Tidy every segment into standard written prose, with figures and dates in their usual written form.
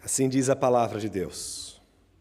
Assim diz a palavra de Deus.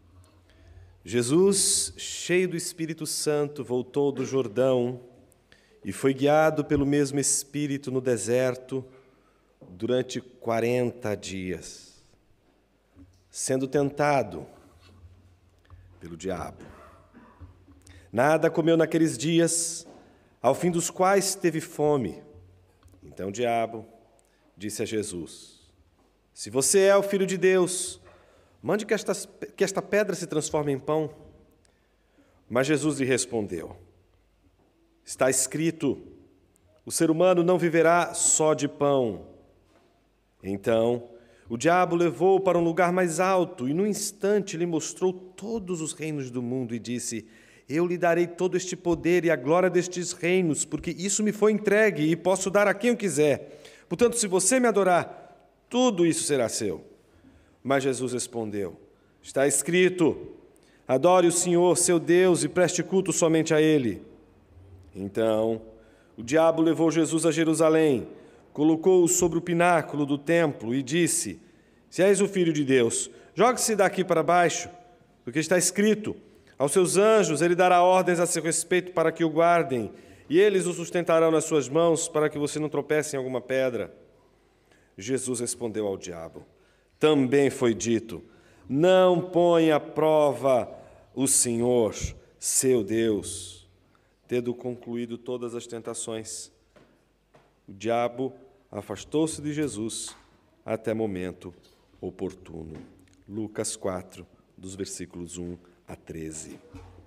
Jesus, cheio do Espírito Santo, voltou do Jordão e foi guiado pelo mesmo Espírito no deserto durante 40 dias, sendo tentado pelo diabo. Nada comeu naqueles dias, ao fim dos quais teve fome. Então o diabo disse a Jesus: se você é o Filho de Deus, mande que esta pedra se transforme em pão. Mas Jesus lhe respondeu: está escrito, o ser humano não viverá só de pão. Então o diabo levou-o para um lugar mais alto e, num instante, lhe mostrou todos os reinos do mundo e disse: eu lhe darei todo este poder e a glória destes reinos, porque isso me foi entregue e posso dar a quem eu quiser. Portanto, se você me adorar, tudo isso será seu. Mas Jesus respondeu: está escrito, adore o Senhor, seu Deus, e preste culto somente a Ele. Então o diabo levou Jesus a Jerusalém, colocou-o sobre o pináculo do templo e disse: se és o Filho de Deus, jogue-se daqui para baixo, porque está escrito, aos seus anjos ele dará ordens a seu respeito para que o guardem, e eles o sustentarão nas suas mãos para que você não tropece em alguma pedra. Jesus respondeu ao diabo: também foi dito, não ponha à prova o Senhor, seu Deus. Tendo concluído todas as tentações, o diabo afastou-se de Jesus até momento oportuno. Lucas 4, dos versículos 1 a 13.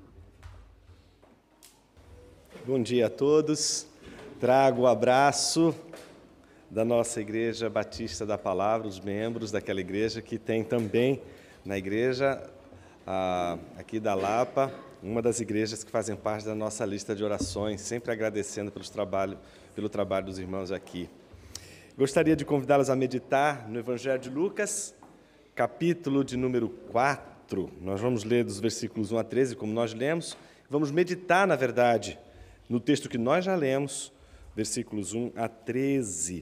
Bom dia a todos. Trago o abraço da nossa Igreja Batista da Palavra, os membros daquela igreja que tem também na igreja aqui da Lapa, uma das igrejas que fazem parte da nossa lista de orações, sempre agradecendo pelo trabalho dos irmãos aqui. Gostaria de convidá-los a meditar no Evangelho de Lucas, capítulo de número 4. Nós vamos ler dos versículos 1 a 13, como nós lemos. Vamos meditar, na verdade, no texto que nós já lemos, versículos 1 a 13.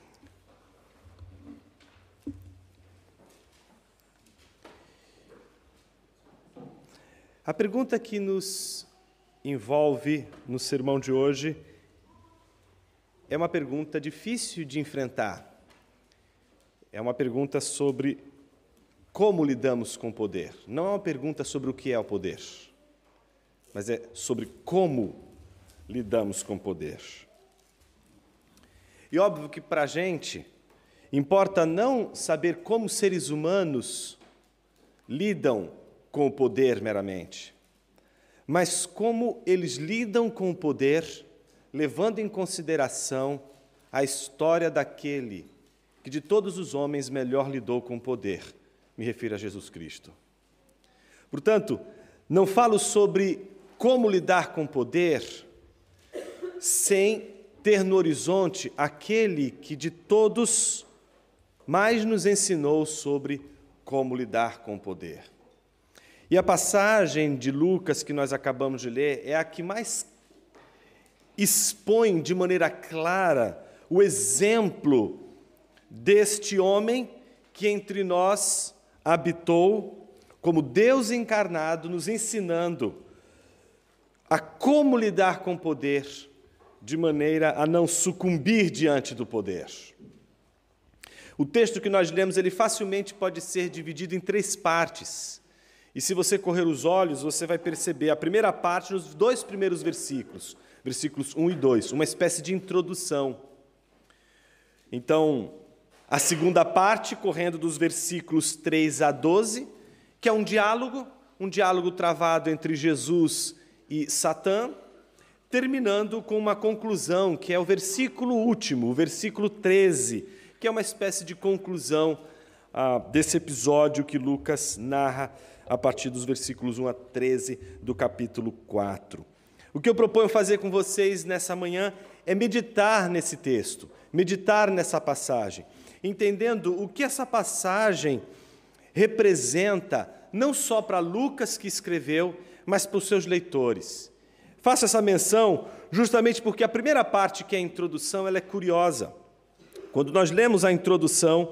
A pergunta que nos envolve no sermão de hoje é uma pergunta difícil de enfrentar. É uma pergunta sobre como lidamos com o poder. Não é uma pergunta sobre o que é o poder, mas é sobre como lidamos com o poder. E óbvio que para a gente importa não saber como seres humanos lidam com o poder meramente, mas como eles lidam com o poder, levando em consideração a história daquele que de todos os homens melhor lidou com o poder. Me refiro a Jesus Cristo. Portanto, não falo sobre como lidar com o poder sem ter no horizonte aquele que de todos mais nos ensinou sobre como lidar com o poder. E a passagem de Lucas que nós acabamos de ler é a que mais expõe de maneira clara o exemplo deste homem que entre nós habitou como Deus encarnado, nos ensinando a como lidar com o poder de maneira a não sucumbir diante do poder. O texto que nós lemos, ele facilmente pode ser dividido em 3 partes. E se você correr os olhos, você vai perceber a primeira parte nos 2 primeiros versículos, versículos 1 e 2, uma espécie de introdução. Então, a segunda parte, correndo dos versículos 3 a 12, que é um diálogo travado entre Jesus e Satã, terminando com uma conclusão, que é o versículo último, o versículo 13, que é uma espécie de conclusão desse episódio que Lucas narra a partir dos versículos 1 a 13 do capítulo 4. O que eu proponho fazer com vocês nessa manhã é meditar nesse texto, meditar nessa passagem, entendendo o que essa passagem representa, não só para Lucas que escreveu, mas para os seus leitores. Faço essa menção justamente porque a primeira parte, que é a introdução, ela é curiosa. Quando nós lemos a introdução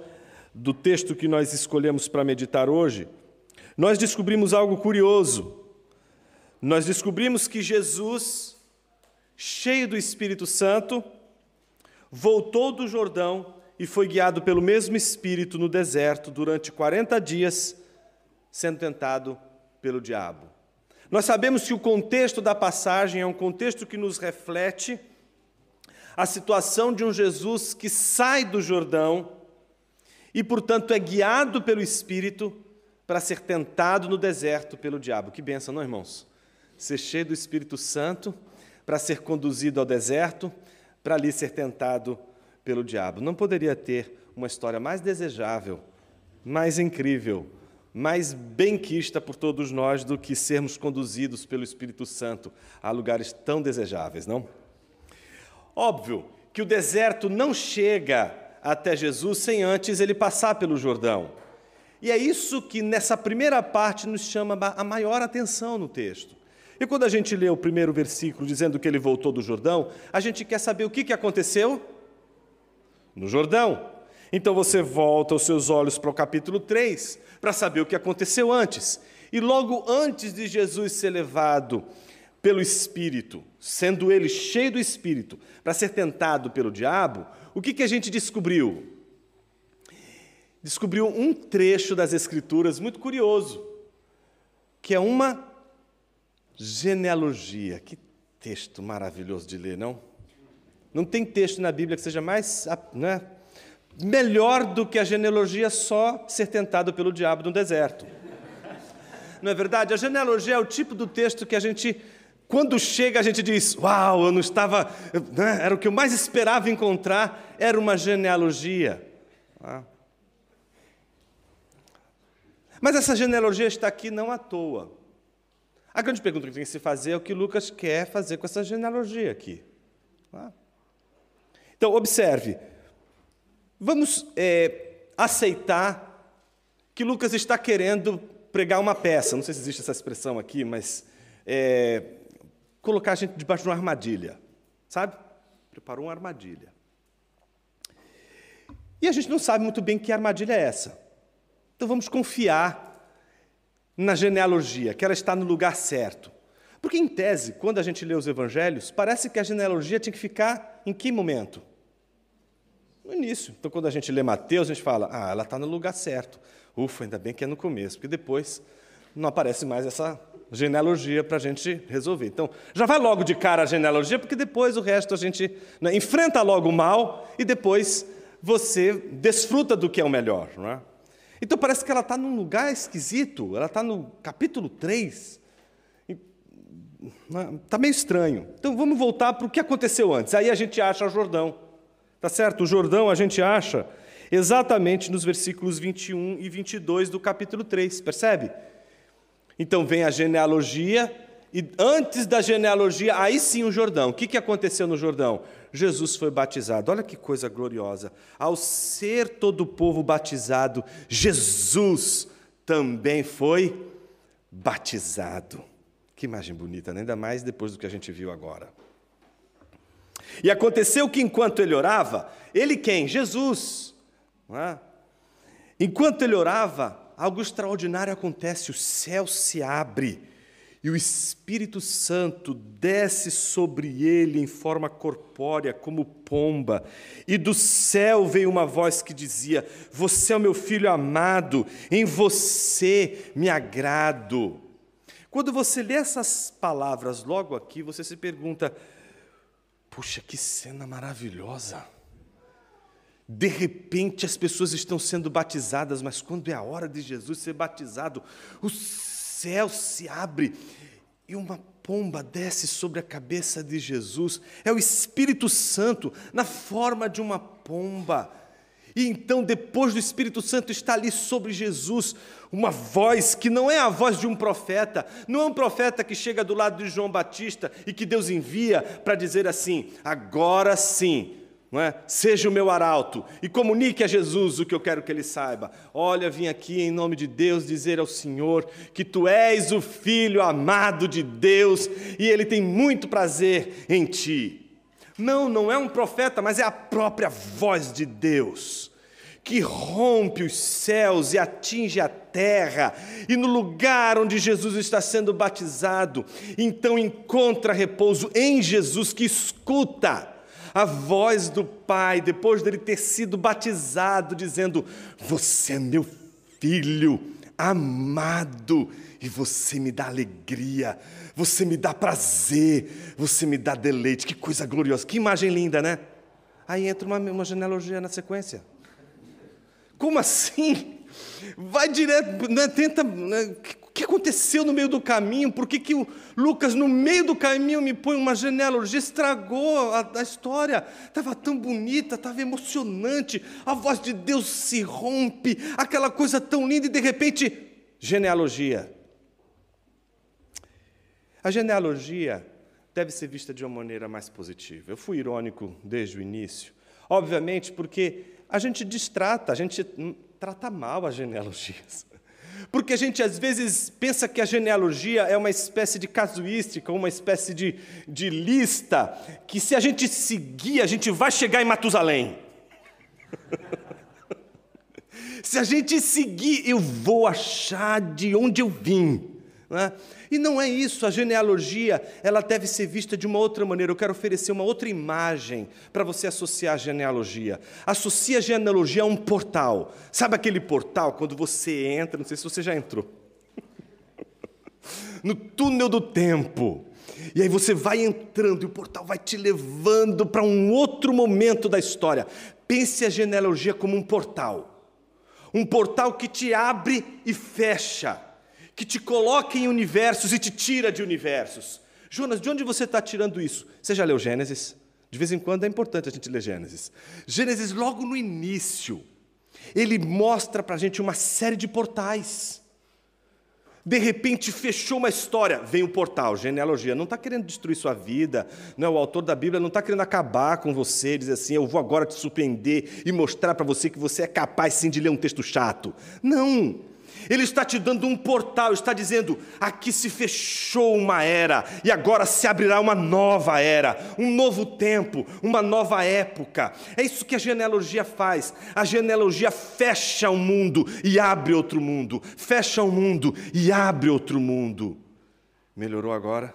do texto que nós escolhemos para meditar hoje, nós descobrimos algo curioso. Nós descobrimos que Jesus, cheio do Espírito Santo, voltou do Jordão e foi guiado pelo mesmo Espírito no deserto durante 40 dias, sendo tentado pelo diabo. Nós sabemos que o contexto da passagem é um contexto que nos reflete a situação de um Jesus que sai do Jordão e, portanto, é guiado pelo Espírito para ser tentado no deserto pelo diabo. Que bênção, não, irmãos? Ser cheio do Espírito Santo para ser conduzido ao deserto, para ali ser tentado pelo diabo. Não poderia ter uma história mais desejável, mais incrível, mais benquista por todos nós do que sermos conduzidos pelo Espírito Santo a lugares tão desejáveis, não? Óbvio que o deserto não chega até Jesus sem antes ele passar pelo Jordão. E é isso que nessa primeira parte nos chama a maior atenção no texto. E quando a gente lê o primeiro versículo dizendo que ele voltou do Jordão, a gente quer saber o que aconteceu no Jordão. Então você volta os seus olhos para o capítulo 3 para saber o que aconteceu antes. E logo antes de Jesus ser levado pelo Espírito, sendo ele cheio do Espírito, para ser tentado pelo diabo, o que a gente descobriu? Descobriu um trecho das Escrituras muito curioso, que é uma genealogia. Que texto maravilhoso de ler, não? Não tem texto na Bíblia que seja mais, né, melhor do que a genealogia só ser tentado pelo diabo no deserto. Não é verdade? A genealogia é o tipo do texto que a gente, quando chega, a gente diz, uau, eu não estava, né, era o que eu mais esperava encontrar, era uma genealogia. Mas essa genealogia está aqui não à toa. A grande pergunta que tem que se fazer é o que Lucas quer fazer com essa genealogia aqui. Então, observe. Vamos aceitar que Lucas está querendo pregar uma peça. Não sei se existe essa expressão aqui, mas colocar a gente debaixo de uma armadilha. Sabe? Preparou uma armadilha. E a gente não sabe muito bem que armadilha é essa. Então, vamos confiar na genealogia, que ela está no lugar certo. Porque, em tese, quando a gente lê os evangelhos, parece que a genealogia tinha que ficar em que momento? No início. Então, quando a gente lê Mateus, a gente fala, ela está no lugar certo. Ufa, ainda bem que é no começo, porque depois não aparece mais essa genealogia para a gente resolver. Então, já vai logo de cara a genealogia, porque depois o resto a gente, né, enfrenta logo o mal e depois você desfruta do que é o melhor, não é? Então, parece que ela está num lugar esquisito, ela está no capítulo 3. Está meio estranho. Então, vamos voltar para o que aconteceu antes. Aí a gente acha o Jordão. Tá certo? O Jordão a gente acha exatamente nos versículos 21 e 22 do capítulo 3. Percebe? Então, vem a genealogia, e antes da genealogia, aí sim o Jordão. O que aconteceu no Jordão? Jesus foi batizado. Olha que coisa gloriosa. Ao ser todo o povo batizado, Jesus também foi batizado. Que imagem bonita, né? Ainda mais depois do que a gente viu agora. E aconteceu que enquanto ele orava, ele quem? Jesus. Não é? Enquanto ele orava, algo extraordinário acontece, o céu se abre e o Espírito Santo desce sobre ele em forma corpórea, como pomba. E do céu veio uma voz que dizia, você é o meu filho amado, em você me agrado. Quando você lê essas palavras logo aqui, você se pergunta, puxa, que cena maravilhosa. De repente as pessoas estão sendo batizadas, mas quando é a hora de Jesus ser batizado, o céu se abre e uma pomba desce sobre a cabeça de Jesus. É o Espírito Santo na forma de uma pomba. E então, depois do Espírito Santo estar ali sobre Jesus, uma voz que não é a voz de um profeta, não é um profeta que chega do lado de João Batista e que Deus envia para dizer assim, agora sim, não é? Seja o meu arauto e comunique a Jesus o que eu quero que ele saiba. Olha, vim aqui em nome de Deus dizer ao Senhor que tu és o Filho amado de Deus e ele tem muito prazer em ti. Não é um profeta, mas é a própria voz de Deus que rompe os céus e atinge a terra, e no lugar onde Jesus está sendo batizado, então encontra repouso em Jesus, que escuta a voz do Pai, depois dele ter sido batizado, dizendo: você é meu filho amado, e você me dá alegria, você me dá prazer, você me dá deleite. Que coisa gloriosa, que imagem linda, né? Aí entra uma genealogia na sequência. Como assim? Vai direto, né, tenta... Né, o que aconteceu no meio do caminho? Por que o Lucas, no meio do caminho, me põe uma genealogia? Estragou a história. Estava tão bonita, estava emocionante. A voz de Deus se rompe. Aquela coisa tão linda e, de repente, genealogia. A genealogia deve ser vista de uma maneira mais positiva. Eu fui irônico desde o início. Obviamente, porque a gente distrata, a gente trata mal as genealogias. Porque a gente, às vezes, pensa que a genealogia é uma espécie de casuística, uma espécie de lista, que se a gente seguir, a gente vai chegar em Matusalém. Se a gente seguir, eu vou achar de onde eu vim. Né? E não é isso, a genealogia, ela deve ser vista de uma outra maneira. Eu quero oferecer uma outra imagem para você associar a genealogia. Associe a genealogia a um portal. Sabe aquele portal, quando você entra, não sei se você já entrou, no túnel do tempo, e aí você vai entrando e o portal vai te levando para um outro momento da história. Pense a genealogia como um portal que te abre e fecha, que te coloca em universos e te tira de universos. Jonas, de onde você está tirando isso? Você já leu Gênesis? De vez em quando é importante a gente ler Gênesis. Gênesis, logo no início, ele mostra para a gente uma série de portais. De repente fechou uma história, vem um portal, genealogia. Não está querendo destruir sua vida, não é? O autor da Bíblia não está querendo acabar com você, dizer assim: eu vou agora te surpreender e mostrar para você que você é capaz sim de ler um texto chato. Não! Ele está te dando um portal, está dizendo: aqui se fechou uma era, e agora se abrirá uma nova era, um novo tempo, uma nova época. É isso que a genealogia faz. A genealogia fecha um mundo e abre outro mundo, fecha um mundo e abre outro mundo. Melhorou agora?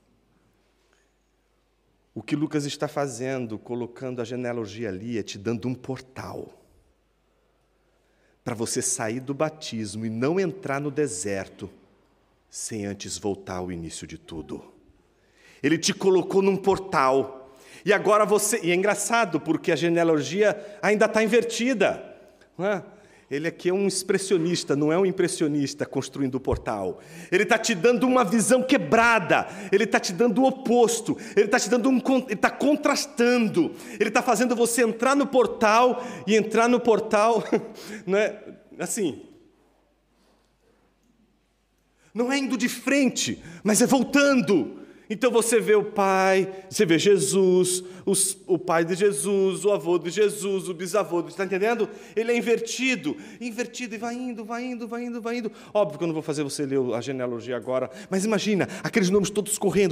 O que Lucas está fazendo, colocando a genealogia ali, é te dando um portal para você sair do batismo e não entrar no deserto sem antes voltar ao início de tudo. Ele te colocou num portal, e agora você... E é engraçado, porque a genealogia ainda está invertida. Não é? Ele aqui é um expressionista, não é um impressionista construindo o portal. Ele está te dando uma visão quebrada, ele está te dando o oposto, ele está te dando ele está contrastando, ele está fazendo você entrar no portal e entrar no portal, não é assim, não é indo de frente, mas é voltando. Então você vê o Pai, você vê Jesus, o pai de Jesus, o avô de Jesus, o bisavô, está entendendo? Ele é invertido, e vai indo. Óbvio que eu não vou fazer você ler a genealogia agora, mas imagina, aqueles nomes todos correndo,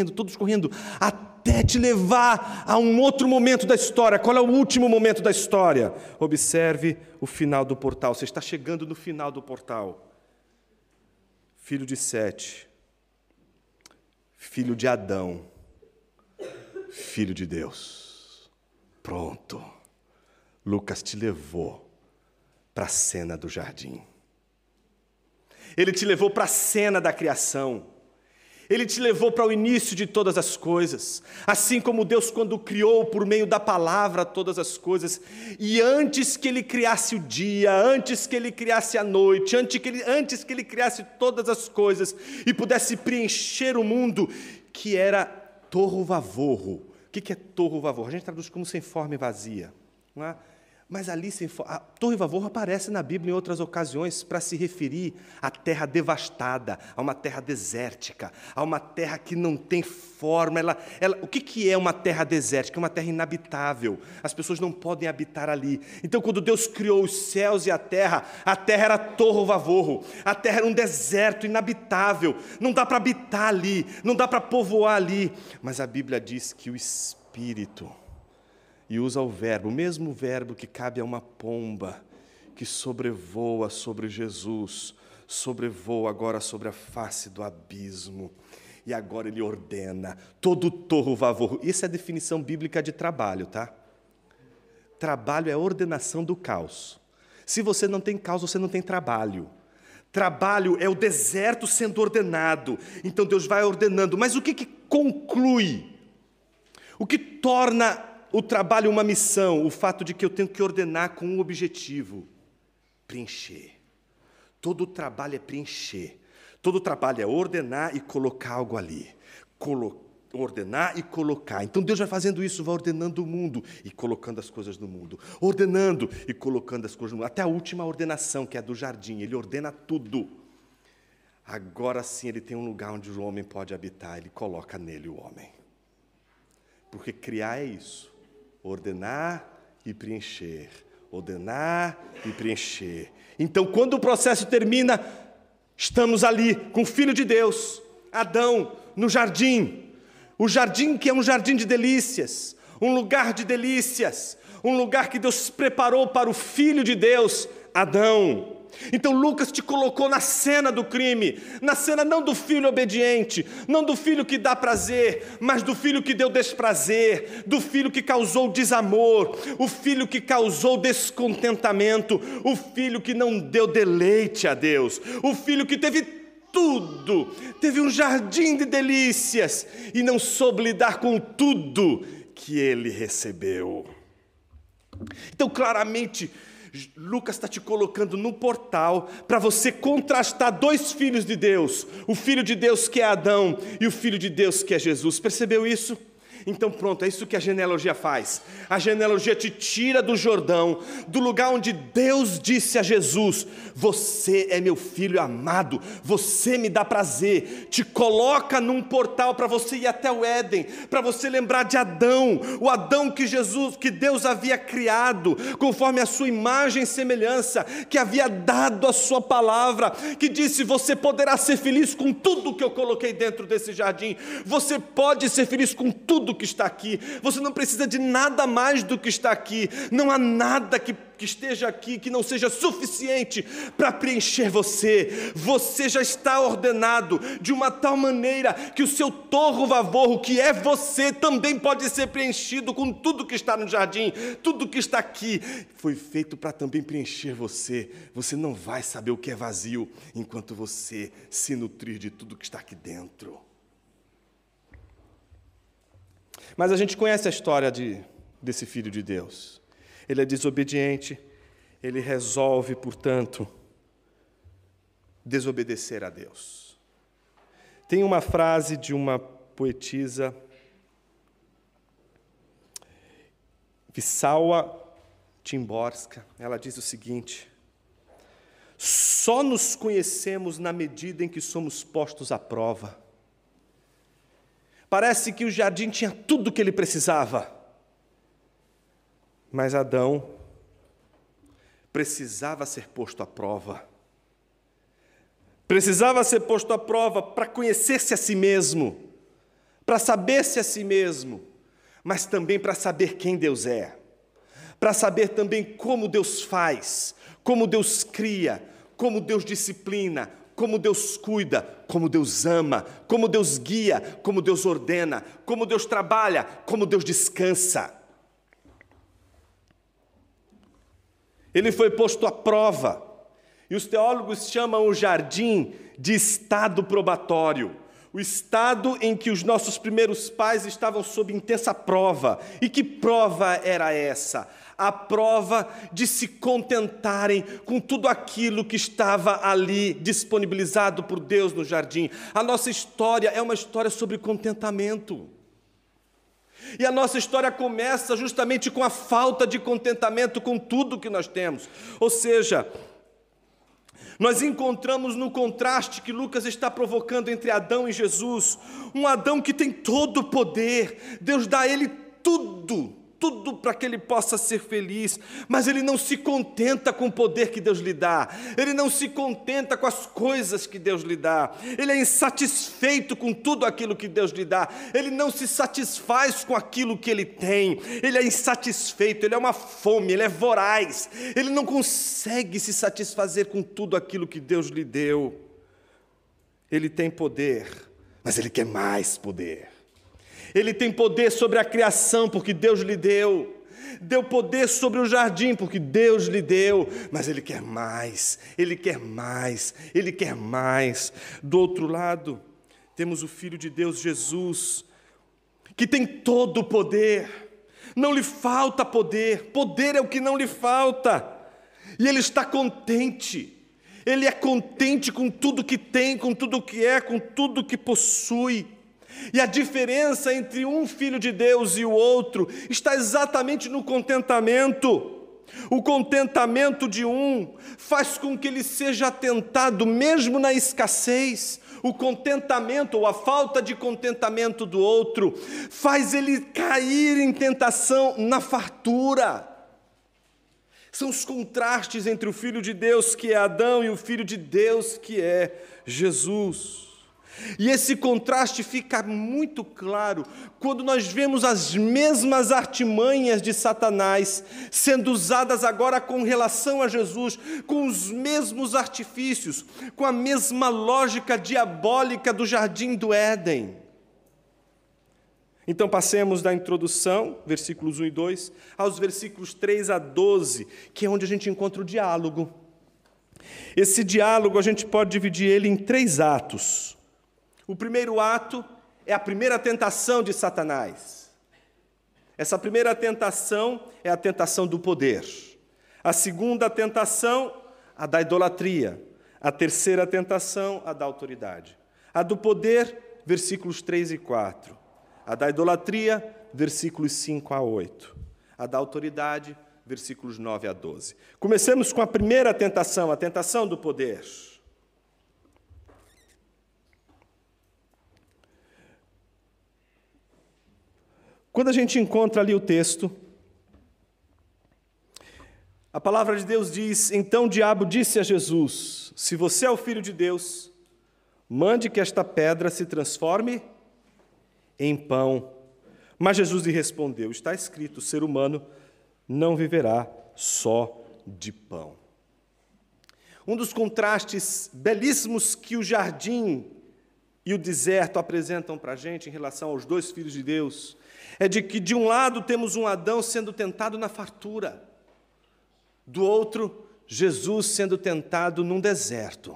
até te levar a um outro momento da história. Qual é o último momento da história? Observe o final do portal, você está chegando no final do portal. Filho de Sete, filho de Adão, filho de Deus. Pronto. Lucas te levou para a cena do jardim. Ele te levou para a cena da criação. Ele te levou para o início de todas as coisas. Assim como Deus, quando criou por meio da palavra todas as coisas, e antes que Ele criasse o dia, antes que Ele criasse a noite, antes que Ele criasse todas as coisas e pudesse preencher o mundo, que era torro vavorro. O que é torro vavorro? A gente traduz como sem forma e vazia, não é? Mas ali, a torre vavorro aparece na Bíblia em outras ocasiões para se referir à terra devastada, a uma terra desértica, a uma terra que não tem forma. O que é uma terra desértica? É uma terra inabitável. As pessoas não podem habitar ali. Então, quando Deus criou os céus e a terra era torre vavorro, a terra era um deserto inabitável. Não dá para habitar ali, não dá para povoar ali. Mas a Bíblia diz que o Espírito e usa o mesmo verbo que cabe a uma pomba, que sobrevoa sobre Jesus, sobrevoa agora sobre a face do abismo. E agora ele ordena todo o torvo-vavor. Isso é a definição bíblica de trabalho, tá? Trabalho é a ordenação do caos. Se você não tem caos, você não tem trabalho. Trabalho é o deserto sendo ordenado. Então Deus vai ordenando. Mas o que conclui? O que torna o trabalho uma missão? O fato de que eu tenho que ordenar com um objetivo: preencher. Todo trabalho é preencher. Todo trabalho é ordenar e colocar algo ali. Ordenar e colocar. Então Deus vai fazendo isso, vai ordenando o mundo e colocando as coisas no mundo. Ordenando e colocando as coisas no mundo. Até a última ordenação, que é a do jardim. Ele ordena tudo. Agora sim ele tem um lugar onde o homem pode habitar. Ele coloca nele o homem. Porque criar é isso. Ordenar e preencher. Ordenar e preencher. Então quando o processo termina, estamos ali com o Filho de Deus, Adão, no jardim. O jardim que é um jardim de delícias, um lugar de delícias, um lugar que Deus preparou para o Filho de Deus, Adão. Então Lucas te colocou na cena do crime, na cena não do filho obediente, não do filho que dá prazer, mas do filho que deu desprazer, do filho que causou desamor, o filho que causou descontentamento, o filho que não deu deleite a Deus, o filho que teve tudo, teve um jardim de delícias e não soube lidar com tudo que ele recebeu. Então claramente Lucas está te colocando no portal para você contrastar dois filhos de Deus, o filho de Deus que é Adão e o filho de Deus que é Jesus. Percebeu isso? Então pronto, é isso que a genealogia faz. A genealogia te tira do Jordão, do lugar onde Deus disse a Jesus: você é meu filho amado, você me dá prazer. Te coloca num portal para você ir até o Éden, para você lembrar de Adão, o Adão que Deus havia criado, conforme a sua imagem e semelhança, que havia dado a sua palavra, que disse: você poderá ser feliz com tudo que eu coloquei dentro desse jardim, você pode ser feliz com tudo que está aqui, você não precisa de nada mais do que está aqui, não há nada que esteja aqui que não seja suficiente para preencher você. Você já está ordenado de uma tal maneira que o seu torvo-vavorro, que é você, também pode ser preenchido com tudo que está no jardim. Tudo que está aqui foi feito para também preencher você. Você não vai saber o que é vazio enquanto você se nutrir de tudo que está aqui dentro. Mas a gente conhece a história desse Filho de Deus. Ele é desobediente, ele resolve, portanto, desobedecer a Deus. Tem uma frase de uma poetisa, Wisława Szymborska, ela diz o seguinte: só nos conhecemos na medida em que somos postos à prova. Parece que o jardim tinha tudo o que ele precisava, mas Adão precisava ser posto à prova. Precisava ser posto à prova para conhecer-se a si mesmo, para saber-se a si mesmo, mas também para saber quem Deus é, para saber também como Deus faz, como Deus cria, como Deus disciplina, como Deus cuida, como Deus ama, como Deus guia, como Deus ordena, como Deus trabalha, como Deus descansa. Ele foi posto à prova, e os teólogos chamam o jardim de estado probatório, o estado em que os nossos primeiros pais estavam sob intensa prova. E que prova era essa? A prova de se contentarem com tudo aquilo que estava ali disponibilizado por Deus no jardim. A nossa história é uma história sobre contentamento. E a nossa história começa justamente com a falta de contentamento com tudo que nós temos. Ou seja, nós encontramos no contraste que Lucas está provocando entre Adão e Jesus, um Adão que tem todo o poder, Deus dá a ele tudo, tudo para que ele possa ser feliz, mas ele não se contenta com o poder que Deus lhe dá, ele não se contenta com as coisas que Deus lhe dá, ele é insatisfeito com tudo aquilo que Deus lhe dá, ele não se satisfaz com aquilo que ele tem, ele é insatisfeito, ele é uma fome, ele é voraz, ele não consegue se satisfazer com tudo aquilo que Deus lhe deu. Ele tem poder, mas ele quer mais poder. Ele tem poder sobre a criação, porque Deus lhe deu. Deu poder sobre o jardim, porque Deus lhe deu. Mas ele quer mais, ele quer mais, ele quer mais. Do outro lado, temos o Filho de Deus, Jesus, que tem todo o poder. Não lhe falta poder. Poder é o que não lhe falta. E ele está contente. Ele é contente com tudo que tem, com tudo que é, com tudo que possui. E a diferença entre um filho de Deus e o outro está exatamente no contentamento. O contentamento de um faz com que ele seja atentado mesmo na escassez. O contentamento ou a falta de contentamento do outro faz ele cair em tentação na fartura. São os contrastes entre o Filho de Deus, que é Adão, e o Filho de Deus, que é Jesus. E esse contraste fica muito claro quando nós vemos as mesmas artimanhas de Satanás sendo usadas agora com relação a Jesus, com os mesmos artifícios, com a mesma lógica diabólica do jardim do Éden. Então passemos da introdução, versículos 1 e 2, aos versículos 3 a 12, que é onde a gente encontra o diálogo. Esse diálogo a gente pode dividir ele em 3 atos. O primeiro ato é a primeira tentação de Satanás. Essa primeira tentação é a tentação do poder. A segunda tentação, a da idolatria. A terceira tentação, a da autoridade. A do poder, versículos 3 e 4. A da idolatria, versículos 5 a 8. A da autoridade, versículos 9 a 12. Comecemos com a primeira tentação, a tentação do poder. Quando a gente encontra ali o texto, a palavra de Deus diz: então o diabo disse a Jesus: se você é o Filho de Deus, mande que esta pedra se transforme em pão. Mas Jesus lhe respondeu: está escrito, o ser humano não viverá só de pão. Um dos contrastes belíssimos que o jardim e o deserto apresentam para a gente em relação aos 2 filhos de Deus é de que, de um lado, temos um Adão sendo tentado na fartura, do outro, Jesus sendo tentado num deserto.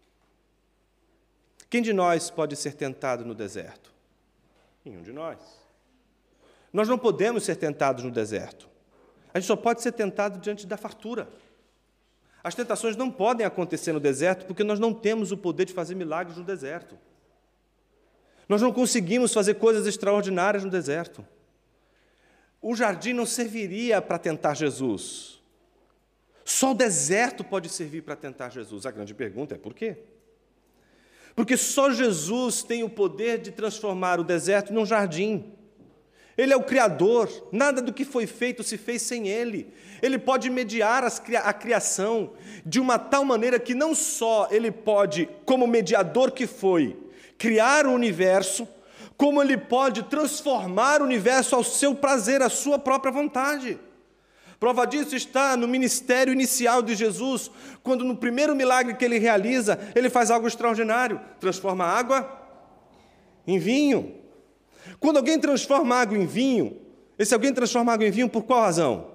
Quem de nós pode ser tentado no deserto? Nenhum de nós. Nós não podemos ser tentados no deserto. A gente só pode ser tentado diante da fartura. As tentações não podem acontecer no deserto porque nós não temos o poder de fazer milagres no deserto. Nós não conseguimos fazer coisas extraordinárias no deserto. O jardim não serviria para tentar Jesus. Só o deserto pode servir para tentar Jesus. A grande pergunta é por quê? Porque só Jesus tem o poder de transformar o deserto num jardim. Ele é o Criador, nada do que foi feito se fez sem Ele. Ele pode mediar a criação de uma tal maneira que não só Ele pode, como mediador que foi, criar o universo, como Ele pode transformar o universo ao seu prazer, à sua própria vontade. Prova disso está no ministério inicial de Jesus, quando no primeiro milagre que Ele realiza, Ele faz algo extraordinário, transforma a água em vinho. Quando alguém transforma água em vinho, esse alguém transforma água em vinho por qual razão?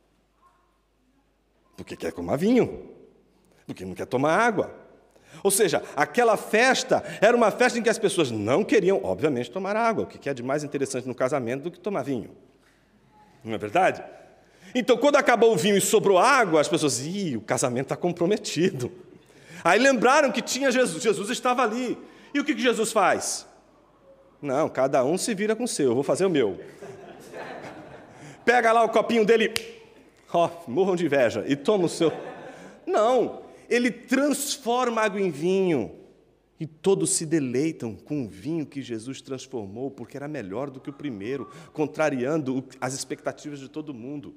Porque quer tomar vinho, porque não quer tomar água. Ou seja, aquela festa era uma festa em que as pessoas não queriam, obviamente, tomar água, o que é de mais interessante no casamento do que tomar vinho. Não é verdade? Então, quando acabou o vinho e sobrou água, as pessoas, o casamento está comprometido. Aí lembraram que tinha Jesus, Jesus estava ali. E o que Jesus faz? Não, cada um se vira com o seu, eu vou fazer o meu. Pega lá o copinho dele, morram de inveja, e toma o seu. Não, ele transforma água em vinho. E todos se deleitam com o vinho que Jesus transformou, porque era melhor do que o primeiro, contrariando as expectativas de todo mundo.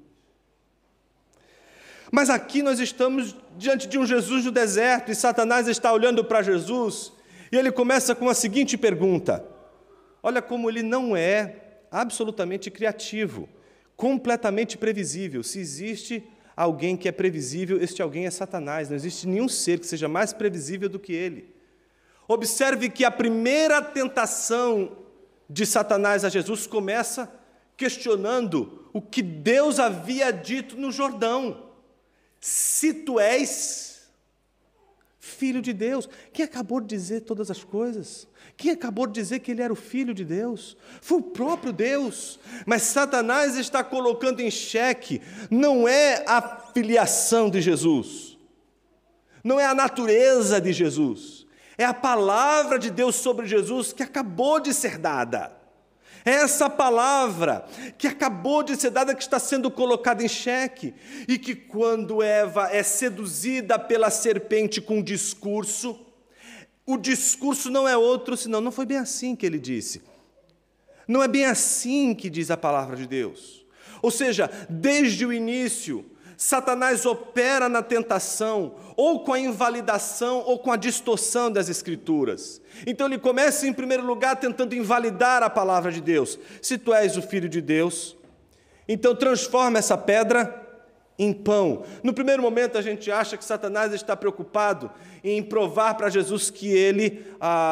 Mas aqui nós estamos diante de um Jesus do deserto, e Satanás está olhando para Jesus, e ele começa com a seguinte pergunta. Olha como ele não é absolutamente criativo, completamente previsível. Se existe alguém que é previsível, este alguém é Satanás. Não existe nenhum ser que seja mais previsível do que ele. Observe que a primeira tentação de Satanás a Jesus começa questionando o que Deus havia dito no Jordão. Se tu és filho de Deus. Quem acabou de dizer todas as coisas? Quem acabou de dizer que ele era o filho de Deus? Foi o próprio Deus. Mas Satanás está colocando em xeque, não é a filiação de Jesus, não é a natureza de Jesus, é a palavra de Deus sobre Jesus que acabou de ser dada. É essa palavra que acabou de ser dada que está sendo colocada em xeque, e que quando Eva é seduzida pela serpente com discurso, o discurso não é outro senão, não foi bem assim que ele disse. Não é bem assim que diz a palavra de Deus. Ou seja, desde o início, Satanás opera na tentação, ou com a invalidação, ou com a distorção das Escrituras. Então ele começa, em primeiro lugar, tentando invalidar a palavra de Deus. Se tu és o Filho de Deus, então transforma essa pedra em pão. No primeiro momento, a gente acha que Satanás está preocupado em provar para Jesus que ele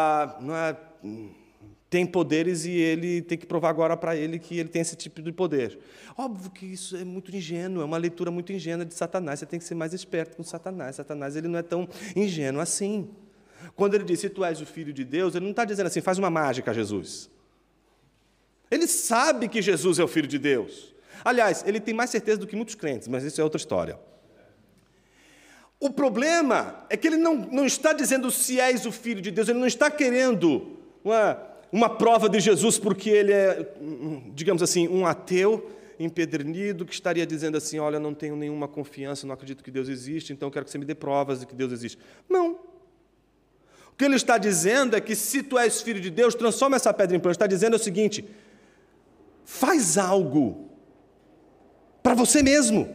tem poderes, e ele tem que provar agora para ele que ele tem esse tipo de poder. Óbvio que isso é muito ingênuo, é uma leitura muito ingênua de Satanás. Você tem que ser mais esperto com Satanás. Satanás, ele não é tão ingênuo assim. Quando ele diz, se tu és o Filho de Deus, ele não está dizendo assim, faz uma mágica, Jesus. Ele sabe que Jesus é o Filho de Deus. Aliás, ele tem mais certeza do que muitos crentes, mas isso é outra história. O problema é que ele não está dizendo se és o Filho de Deus, ele não está querendo uma prova de Jesus porque ele é, digamos assim, um ateu empedernido que estaria dizendo assim, olha, não tenho nenhuma confiança, não acredito que Deus existe, então eu quero que você me dê provas de que Deus existe. Não. O que ele está dizendo é que se tu és filho de Deus, transforma essa pedra em pão. Ele está dizendo o seguinte, faz algo para você mesmo.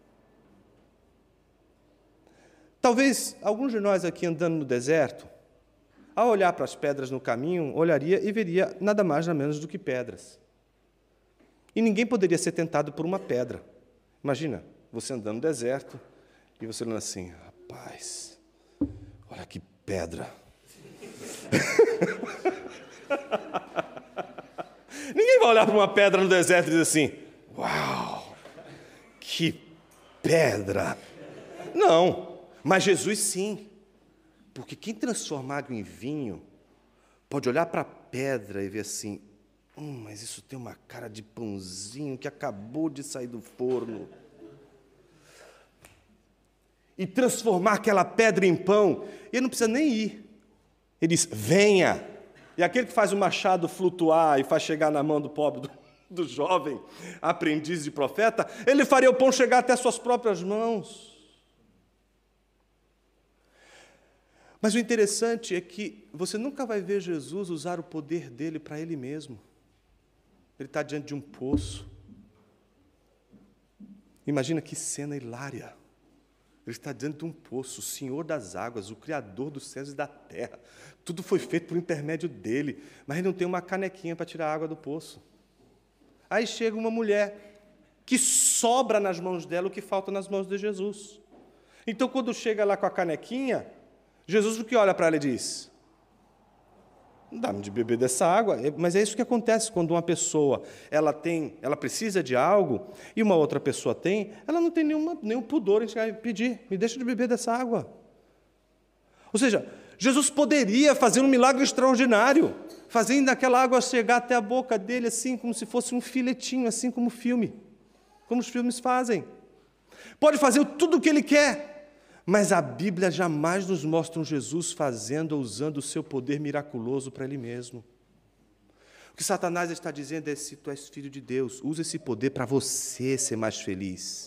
Talvez alguns de nós aqui andando no deserto, ao olhar para as pedras no caminho, olharia e veria nada mais, nada menos do que pedras. E ninguém poderia ser tentado por uma pedra. Imagina, você andando no deserto e você olhando assim, rapaz, olha que pedra. Ninguém vai olhar para uma pedra no deserto e dizer assim, uau, que pedra. Não, mas Jesus sim. Porque quem transforma água em vinho pode olhar para a pedra e ver assim, mas isso tem uma cara de pãozinho que acabou de sair do forno. E transformar aquela pedra em pão, ele não precisa nem ir. Ele diz, venha. E aquele que faz o machado flutuar e faz chegar na mão do pobre, do jovem aprendiz de profeta, ele faria o pão chegar até suas próprias mãos. Mas o interessante é que você nunca vai ver Jesus usar o poder dele para ele mesmo. Ele está diante de um poço. Imagina que cena hilária. Ele está diante de um poço, o Senhor das águas, o Criador dos céus e da terra. Tudo foi feito por intermédio dele, mas ele não tem uma canequinha para tirar a água do poço. Aí chega uma mulher que sobra nas mãos dela o que falta nas mãos de Jesus. Então, quando chega lá com a canequinha, Jesus o que olha para ela e diz, dá-me de beber dessa água. Mas é isso que acontece quando uma pessoa ela precisa de algo e uma outra pessoa tem, ela não tem nenhum pudor em chegar e pedir, me deixa de beber dessa água. Ou seja, Jesus poderia fazer um milagre extraordinário, fazendo aquela água chegar até a boca dele assim, como se fosse um filetinho, assim como os filmes fazem. Pode fazer tudo o que ele quer. Mas a Bíblia jamais nos mostra um Jesus fazendo ou usando o seu poder miraculoso para ele mesmo. O que Satanás está dizendo é, se tu és filho de Deus, usa esse poder para você ser mais feliz.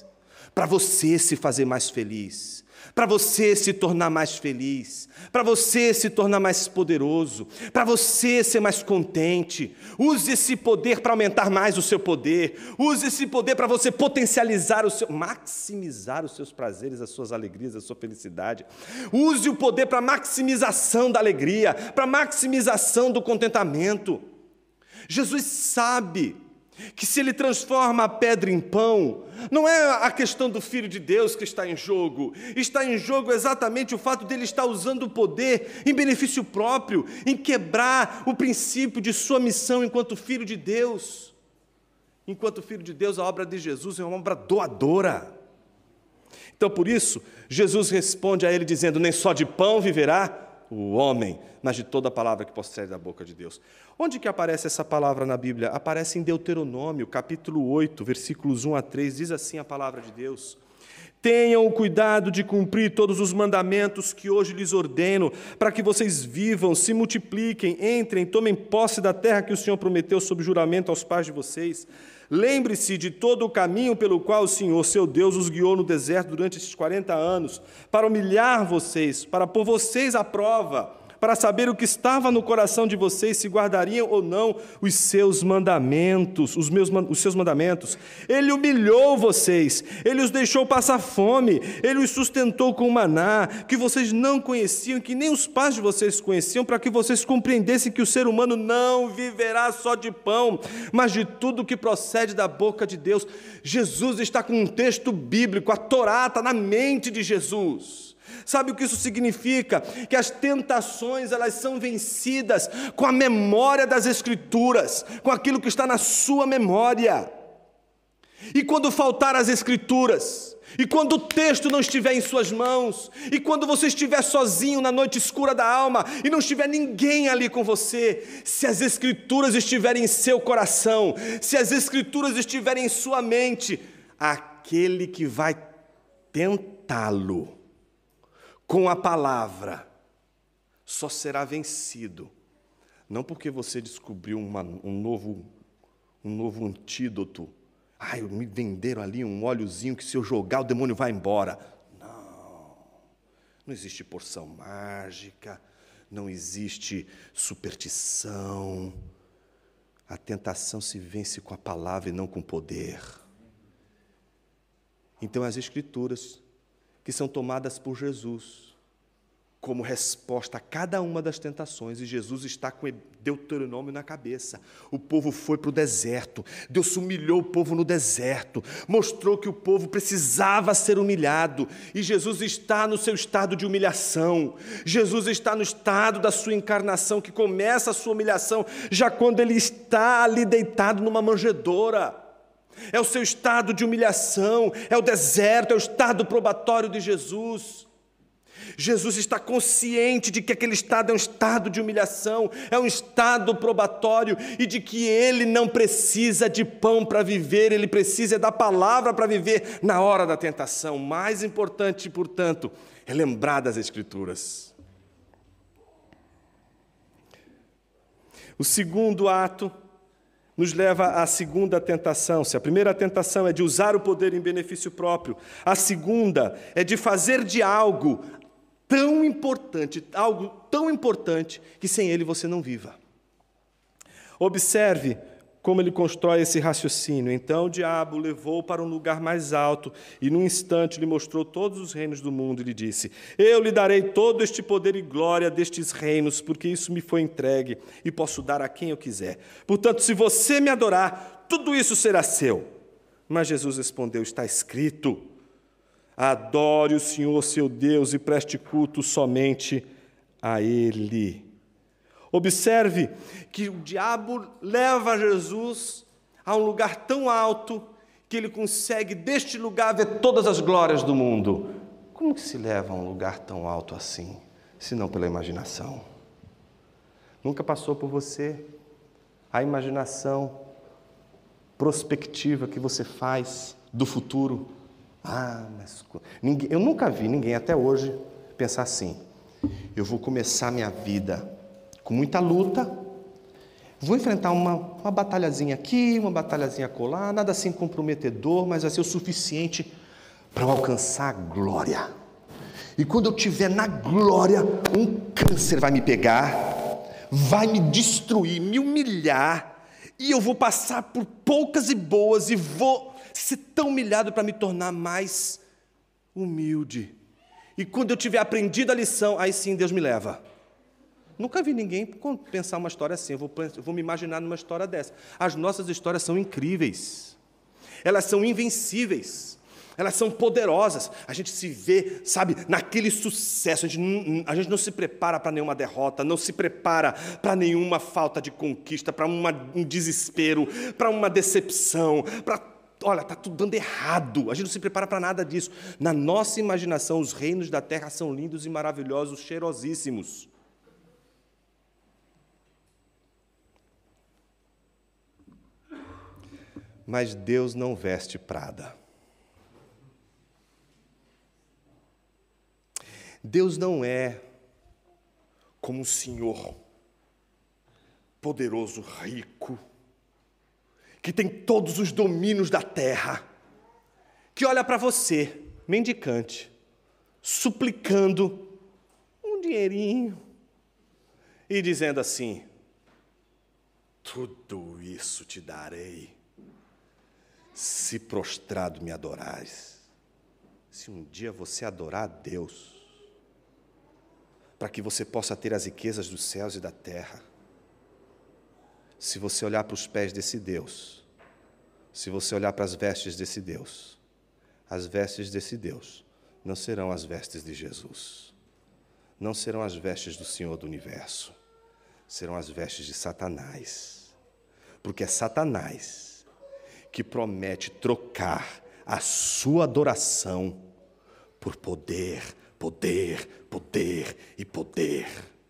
para você se fazer mais feliz, para você se tornar mais feliz, para você se tornar mais poderoso, para você ser mais contente. Use esse poder para aumentar mais o seu poder. Use esse poder para você potencializar maximizar os seus prazeres, as suas alegrias, a sua felicidade. Use o poder para maximização da alegria, para maximização do contentamento. Jesus sabe que se Ele transforma a pedra em pão, não é a questão do Filho de Deus que está em jogo exatamente o fato dele estar usando o poder em benefício próprio, em quebrar o princípio de sua missão enquanto Filho de Deus. Enquanto Filho de Deus, a obra de Jesus é uma obra doadora. Então, por isso, Jesus responde a ele dizendo: nem só de pão viverá o homem, mas de toda a palavra que procede da boca de Deus. Onde que aparece essa palavra na Bíblia? Aparece em Deuteronômio, capítulo 8, versículos 1 a 3, diz assim a palavra de Deus: tenham o cuidado de cumprir todos os mandamentos que hoje lhes ordeno, para que vocês vivam, se multipliquem, entrem, tomem posse da terra que o Senhor prometeu sob juramento aos pais de vocês. Lembre-se de todo o caminho pelo qual o Senhor, seu Deus, os guiou no deserto durante esses 40 anos, para humilhar vocês, para pôr vocês à prova, para saber o que estava no coração de vocês, se guardariam ou não os seus mandamentos, os seus mandamentos. Ele humilhou vocês, Ele os deixou passar fome, Ele os sustentou com maná, que vocês não conheciam, que nem os pais de vocês conheciam, para que vocês compreendessem que o ser humano não viverá só de pão, mas de tudo que procede da boca de Deus. Jesus está com um texto bíblico, a Torá está na mente de Jesus. Sabe o que isso significa? Que as tentações, elas são vencidas com a memória das Escrituras, com aquilo que está na sua memória. E quando faltar as Escrituras, e quando o texto não estiver em suas mãos, e quando você estiver sozinho na noite escura da alma, e não estiver ninguém ali com você, se as Escrituras estiverem em seu coração, se as Escrituras estiverem em sua mente, aquele que vai tentá-lo com a palavra só será vencido, não porque você descobriu um novo antídoto. Me venderam ali um óleozinho que se eu jogar o demônio vai embora. Não existe porção mágica, não existe superstição. A tentação se vence com a palavra e não com poder. Então as Escrituras, que são tomadas por Jesus como resposta a cada uma das tentações, e Jesus está com Deuteronômio na cabeça. O povo foi para o deserto, Deus humilhou o povo no deserto, mostrou que o povo precisava ser humilhado, e Jesus está no seu estado de humilhação. Jesus está no estado da sua encarnação, que começa a sua humilhação já quando ele está ali deitado numa manjedoura. É o seu estado de humilhação, é o deserto, é o estado probatório de Jesus. Jesus está consciente de que aquele estado é um estado de humilhação, é um estado probatório, e de que ele não precisa de pão para viver, ele precisa da palavra para viver na hora da tentação. Mais importante, portanto, é lembrar das Escrituras. O segundo ato nos leva à segunda tentação. Se a primeira tentação é de usar o poder em benefício próprio, a segunda é de fazer de algo tão importante que sem ele você não viva. Observe como ele constrói esse raciocínio. Então o diabo o levou para um lugar mais alto e num instante lhe mostrou todos os reinos do mundo e lhe disse: eu lhe darei todo este poder e glória destes reinos, porque isso me foi entregue e posso dar a quem eu quiser. Portanto, se você me adorar, tudo isso será seu. Mas Jesus respondeu: está escrito: adore o Senhor seu Deus e preste culto somente a Ele. Observe que o diabo leva Jesus a um lugar tão alto que ele consegue deste lugar ver todas as glórias do mundo. Como que se leva a um lugar tão alto assim, se não pela imaginação? Nunca passou por você a imaginação prospectiva que você faz do futuro? Mas eu nunca vi ninguém até hoje pensar assim: eu vou começar minha vida com muita luta, vou enfrentar uma batalhazinha aqui, uma batalhazinha acolá, nada assim comprometedor, mas vai ser o suficiente para eu alcançar a glória. E quando eu estiver na glória, um câncer vai me pegar, vai me destruir, me humilhar, e eu vou passar por poucas e boas, e vou ser tão humilhado para me tornar mais humilde. E quando eu tiver aprendido a lição, aí sim Deus me leva. Nunca vi ninguém pensar uma história assim. Eu vou me imaginar numa história dessa. As nossas histórias são incríveis. Elas são invencíveis. Elas são poderosas. A gente se vê, sabe, naquele sucesso. A gente não se prepara para nenhuma derrota, não se prepara para nenhuma falta de conquista, para um desespero, para uma decepção, olha, está tudo dando errado. A gente não se prepara para nada disso. Na nossa imaginação, os reinos da terra são lindos e maravilhosos, cheirosíssimos. Mas Deus não veste Prada. Deus não é como um senhor poderoso, rico, que tem todos os domínios da terra, que olha para você, mendicante, suplicando um dinheirinho e dizendo assim: tudo isso te darei, se prostrado me adorares. Se um dia você adorar a Deus, para que você possa ter as riquezas dos céus e da terra, se você olhar para os pés desse Deus, se você olhar para as vestes desse Deus, as vestes desse Deus não serão as vestes de Jesus, não serão as vestes do Senhor do Universo, serão as vestes de Satanás, porque é Satanás que promete trocar a sua adoração por poder, poder, poder e poder.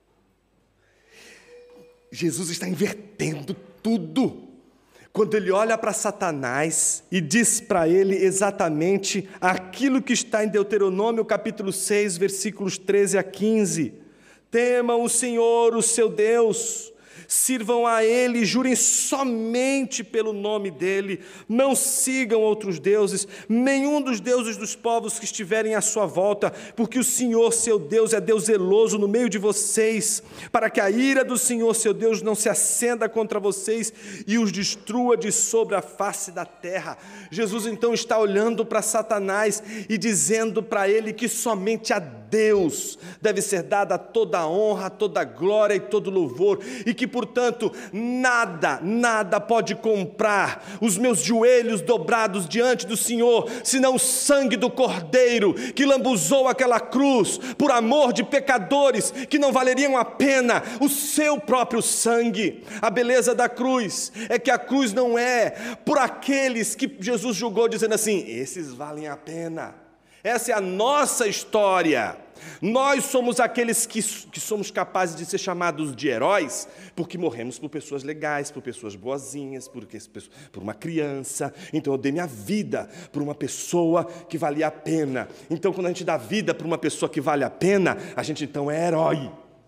Jesus está invertendo tudo quando ele olha para Satanás e diz para ele exatamente aquilo que está em Deuteronômio capítulo 6, versículos 13 a 15. Temam o Senhor, o seu Deus, sirvam a Ele e jurem somente pelo nome dEle. Não sigam outros deuses, nenhum dos deuses dos povos que estiverem à sua volta, porque o Senhor, seu Deus, é Deus zeloso no meio de vocês, para que a ira do Senhor, seu Deus, não se acenda contra vocês e os destrua de sobre a face da terra. Jesus então está olhando para Satanás e dizendo para ele que somente a Deus deve ser dada toda a honra, toda a glória e todo o louvor, e que, portanto, nada pode comprar os meus joelhos dobrados diante do Senhor, senão o sangue do Cordeiro, que lambuzou aquela cruz, por amor de pecadores que não valeriam a pena o seu próprio sangue. A beleza da cruz é que a cruz não é por aqueles que Jesus julgou, dizendo assim: esses valem a pena. Essa é a nossa história. Nós somos aqueles que somos capazes de ser chamados de heróis, porque morremos por pessoas legais, por pessoas boazinhas, por uma criança. Então eu dei minha vida por uma pessoa que valia a pena. Então quando a gente dá vida por uma pessoa que vale a pena, a gente então é herói.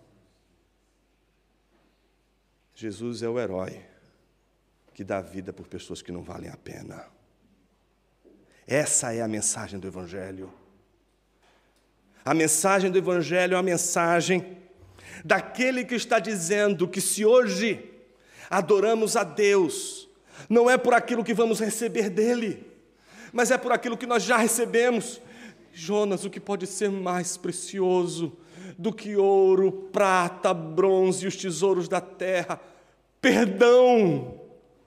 Jesus é o herói que dá vida por pessoas que não valem a pena. Essa é a mensagem do Evangelho. A mensagem do Evangelho é a mensagem daquele que está dizendo que se hoje adoramos a Deus, não é por aquilo que vamos receber dEle, mas é por aquilo que nós já recebemos. Jonas, o que pode ser mais precioso do que ouro, prata, bronze e os tesouros da terra? Perdão.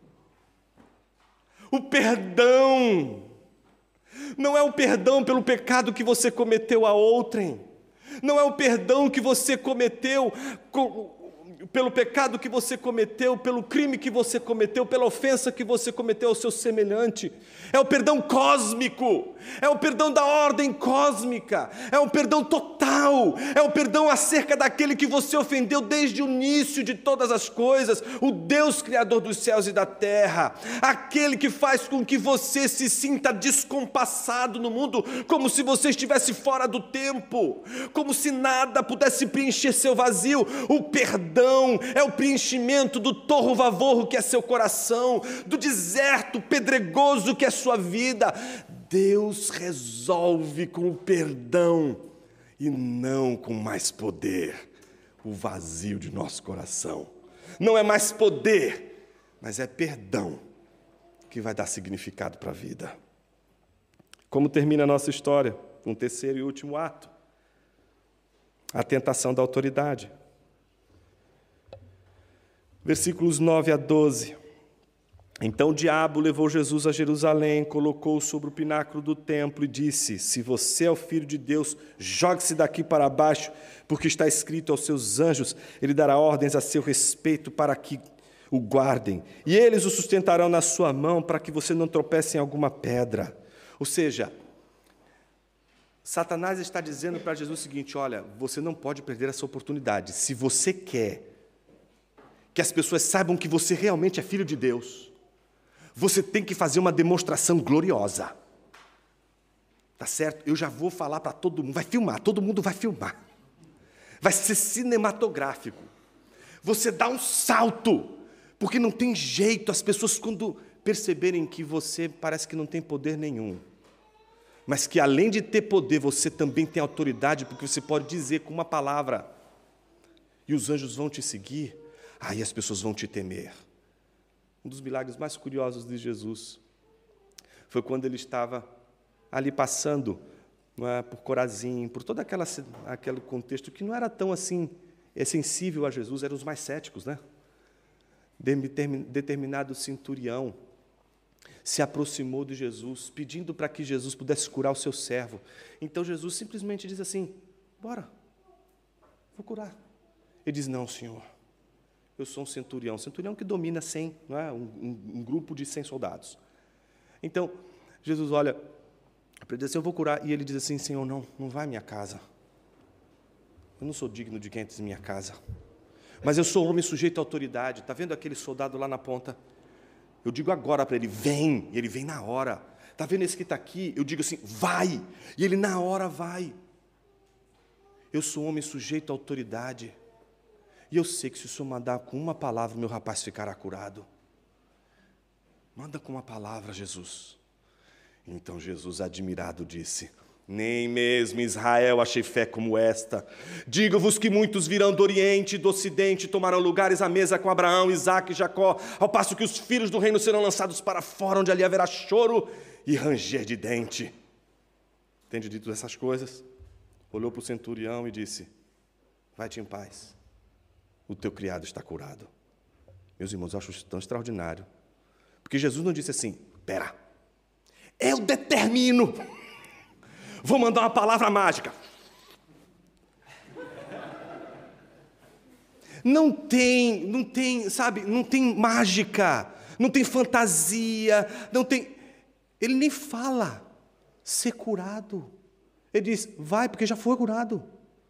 O perdão. Não é o perdão pelo pecado que você cometeu a outrem. Não é o perdão que você cometeu pelo pecado que você cometeu, pelo crime que você cometeu, pela ofensa que você cometeu ao seu semelhante. É o perdão cósmico, é o perdão da ordem cósmica, é o perdão total, é o perdão acerca daquele que você ofendeu desde o início de todas as coisas, o Deus Criador dos céus e da terra, aquele que faz com que você se sinta descompassado no mundo, como se você estivesse fora do tempo, como se nada pudesse preencher seu vazio. O perdão é o preenchimento do torro-vavorro que é seu coração, do deserto pedregoso que é sua vida. Deus resolve com o perdão e não com mais poder o vazio de nosso coração. Não é mais poder, mas é perdão que vai dar significado para a vida. Como termina a nossa história? Um terceiro e último ato. A tentação da autoridade. Versículos 9 a 12. Então o diabo levou Jesus a Jerusalém, colocou-o sobre o pináculo do templo e disse: se você é o Filho de Deus, jogue-se daqui para baixo, porque está escrito aos seus anjos, ele dará ordens a seu respeito para que o guardem, e eles o sustentarão na sua mão para que você não tropece em alguma pedra. Ou seja, Satanás está dizendo para Jesus o seguinte: olha, você não pode perder essa oportunidade. Se você quer que as pessoas saibam que você realmente é filho de Deus, você tem que fazer uma demonstração gloriosa. Tá certo? Eu já vou falar para todo mundo, vai filmar, todo mundo vai filmar. Vai ser cinematográfico. Você dá um salto, porque não tem jeito, as pessoas quando perceberem que você parece que não tem poder nenhum, mas que além de ter poder, você também tem autoridade, porque você pode dizer com uma palavra, e os anjos vão te seguir, aí as pessoas vão te temer. Um dos milagres mais curiosos de Jesus foi quando ele estava ali passando, não é, por Corazim, por todo aquele contexto que não era tão assim sensível a Jesus, eram os mais céticos, né? Determinado centurião se aproximou de Jesus, pedindo para que Jesus pudesse curar o seu servo. Então Jesus simplesmente diz assim: bora, vou curar. Ele diz: não, Senhor, eu sou um centurião que domina 100, não é? um grupo de 100 soldados. Então, Jesus olha para ele e diz assim: eu vou curar. E ele diz assim: Senhor, não vai à minha casa. Eu não sou digno de que entres em minha casa. Mas eu sou homem sujeito à autoridade. Está vendo aquele soldado lá na ponta? Eu digo agora para ele: vem. E ele vem na hora. Está vendo esse que está aqui? Eu digo assim: vai. E ele na hora vai. Eu sou homem sujeito à autoridade. E eu sei que se o Senhor mandar com uma palavra, meu rapaz ficará curado. Manda com uma palavra, Jesus. Então Jesus, admirado, disse: nem mesmo em Israel achei fé como esta. Digo-vos que muitos virão do Oriente e do Ocidente, tomarão lugares à mesa com Abraão, Isaque e Jacó, ao passo que os filhos do reino serão lançados para fora, onde ali haverá choro e ranger de dente. Tendo dito essas coisas, olhou para o centurião e disse: vai-te em paz, o teu criado está curado. Meus irmãos, eu acho isso tão extraordinário, porque Jesus não disse assim: pera, eu determino, vou mandar uma palavra mágica. Não tem, sabe, não tem mágica, não tem fantasia, não tem. Ele nem fala ser curado. Ele diz: vai, porque já foi curado.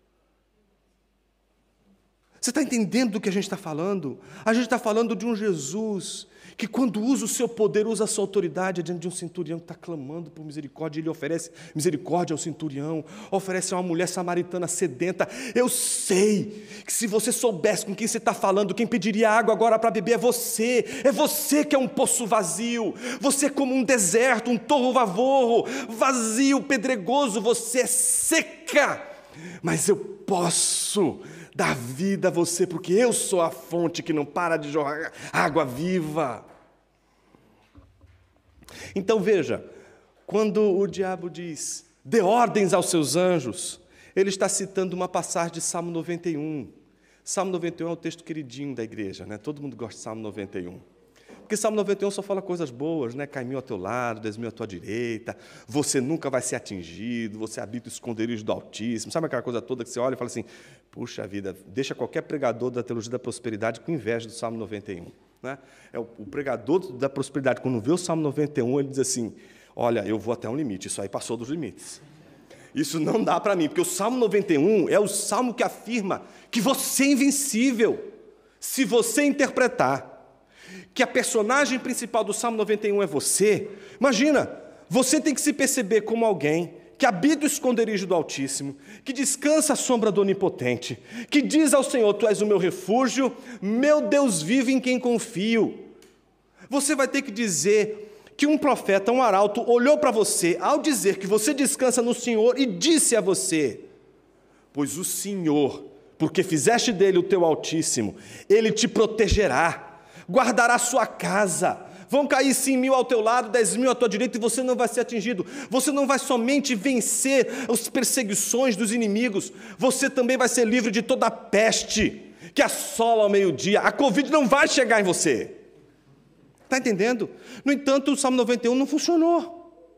Você está entendendo do que a gente está falando? A gente está falando de um Jesus que, quando usa o seu poder, usa a sua autoridade diante de um centurião que está clamando por misericórdia. Ele oferece misericórdia ao centurião, oferece a uma mulher samaritana sedenta. Eu sei que se você soubesse com quem você está falando, quem pediria água agora para beber é você. É você que é um poço vazio. Você é como um deserto, um torro-vavorro, vazio, pedregoso. Você é seca, mas eu posso dar vida a você, porque eu sou a fonte que não para de jorrar água viva. Então veja, quando o diabo diz: dê ordens aos seus anjos, ele está citando uma passagem de Salmo 91. Salmo 91 é o texto queridinho da igreja, né? Todo mundo gosta de Salmo 91. Porque Salmo 91 só fala coisas boas, né? Cai mil ao teu lado, 10 mil à tua direita, você nunca vai ser atingido, você habita o esconderijo do Altíssimo. Sabe aquela coisa toda que você olha e fala assim: puxa vida, deixa qualquer pregador da teologia da prosperidade com inveja do Salmo 91. Né? É o pregador da prosperidade, quando vê o Salmo 91, ele diz assim: olha, eu vou até um limite, isso aí passou dos limites. Isso não dá para mim, porque o Salmo 91 é o salmo que afirma que você é invencível, se você interpretar que a personagem principal do Salmo 91 é você. Imagina, você tem que se perceber como alguém que habita o esconderijo do Altíssimo, que descansa à sombra do Onipotente, que diz ao Senhor: tu és o meu refúgio, meu Deus vivo em quem confio. Você vai ter que dizer que um profeta, um arauto, olhou para você ao dizer que você descansa no Senhor e disse a você: pois o Senhor, porque fizeste dele o teu Altíssimo, ele te protegerá, guardará a sua casa. Vão cair 100.000 ao teu lado, 10.000 à tua direita, e você não vai ser atingido. Você não vai somente vencer as perseguições dos inimigos, você também vai ser livre de toda a peste que assola ao meio-dia. A Covid não vai chegar em você. Está entendendo? No entanto, o Salmo 91 não funcionou.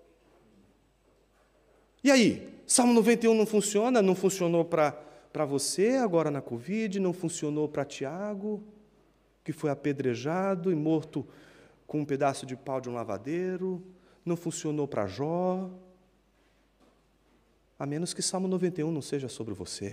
E aí? Salmo 91 não funciona? Não funcionou para você agora na Covid? Não funcionou para Tiago, que foi apedrejado e morto com um pedaço de pau de um lavadeiro? Não funcionou para Jó? A menos que Salmo 91 não seja sobre você.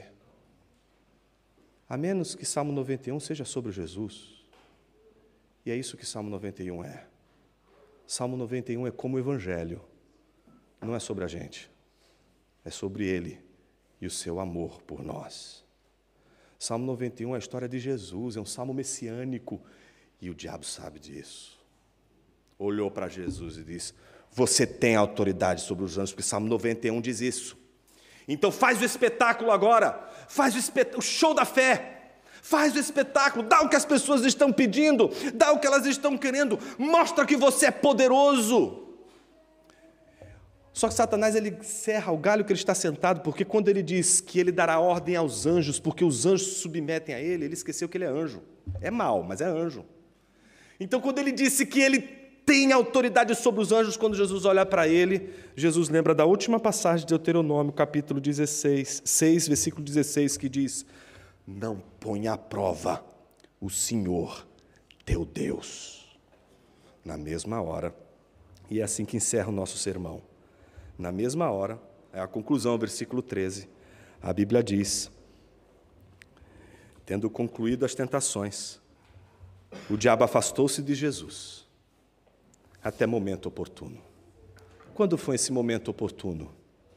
A menos que Salmo 91 seja sobre Jesus. E é isso que Salmo 91 é. Salmo 91 é como o Evangelho. Não é sobre a gente. É sobre Ele e o seu amor por nós. Salmo 91 é a história de Jesus, é um salmo messiânico. E o diabo sabe disso. Olhou para Jesus e disse: você tem autoridade sobre os anjos, porque Salmo 91 diz isso. Então faz o espetáculo agora, faz o show da fé. Faz o espetáculo, dá o que as pessoas estão pedindo, dá o que elas estão querendo, mostra que você é poderoso. Só que Satanás, ele cerra o galho que ele está sentado, porque quando ele diz que ele dará ordem aos anjos, porque os anjos se submetem a ele esqueceu que ele é anjo. É mau, mas é anjo. Então, quando ele disse que ele tem autoridade sobre os anjos, quando Jesus olha para ele, Jesus lembra da última passagem de Deuteronômio, capítulo 16, 6, versículo 16, que diz: não ponha à prova o Senhor teu Deus. Na mesma hora, e é assim que encerra o nosso sermão, na mesma hora, é a conclusão, versículo 13, a Bíblia diz: tendo concluído as tentações, o diabo afastou-se de Jesus, até momento oportuno. Quando foi esse momento oportuno?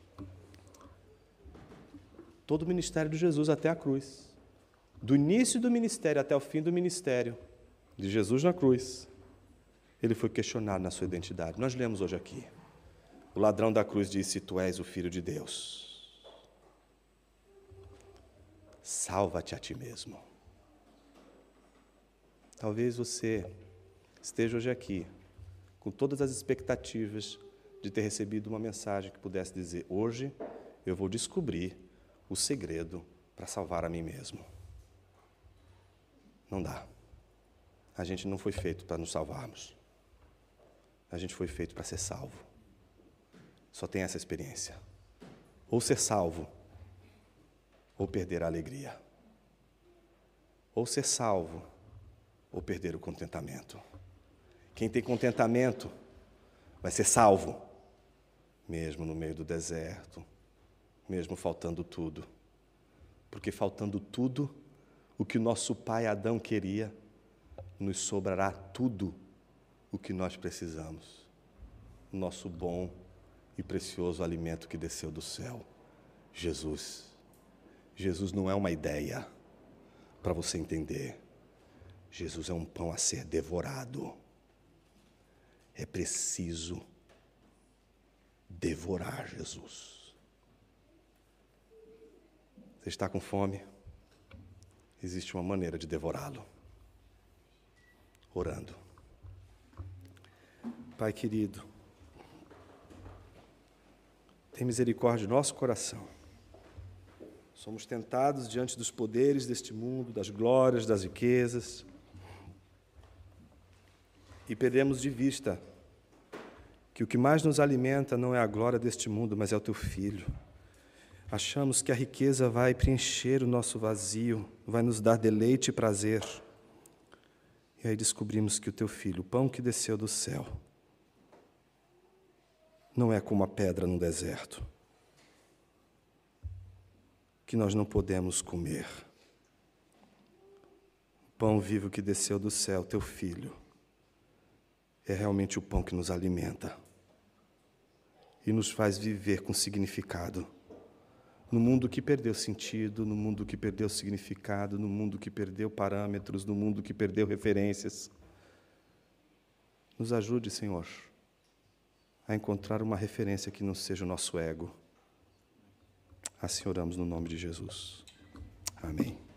Todo o ministério de Jesus até a cruz. Do início do ministério até o fim do ministério de Jesus na cruz, ele foi questionado na sua identidade. Nós lemos hoje aqui. O ladrão da cruz disse: tu és o Filho de Deus. Salva-te a ti mesmo. Talvez você esteja hoje aqui com todas as expectativas de ter recebido uma mensagem que pudesse dizer: hoje eu vou descobrir o segredo para salvar a mim mesmo. Não dá. A gente não foi feito para nos salvarmos. A gente foi feito para ser salvo. Só tem essa experiência. Ou ser salvo, ou perder a alegria. Ou ser salvo, ou perder o contentamento. Quem tem contentamento vai ser salvo, mesmo no meio do deserto, mesmo faltando tudo. Porque faltando tudo, o que o nosso pai Adão queria, nos sobrará tudo o que nós precisamos. O nosso bom e precioso alimento que desceu do céu, Jesus. Jesus não é uma ideia para você entender. Jesus é um pão a ser devorado. É preciso devorar Jesus. Você está com fome? Existe uma maneira de devorá-lo. Orando. Pai querido, tem misericórdia do nosso coração. Somos tentados diante dos poderes deste mundo, das glórias, das riquezas, e perdemos de vista que o que mais nos alimenta não é a glória deste mundo, mas é o Teu Filho. Achamos que a riqueza vai preencher o nosso vazio, vai nos dar deleite e prazer. E aí descobrimos que o Teu Filho, o pão que desceu do céu, não é como a pedra no deserto, que nós não podemos comer. O pão vivo que desceu do céu, Teu Filho, é realmente o pão que nos alimenta e nos faz viver com significado. No mundo que perdeu sentido, no mundo que perdeu significado, no mundo que perdeu parâmetros, no mundo que perdeu referências. Nos ajude, Senhor, a encontrar uma referência que não seja o nosso ego. Assim oramos no nome de Jesus. Amém.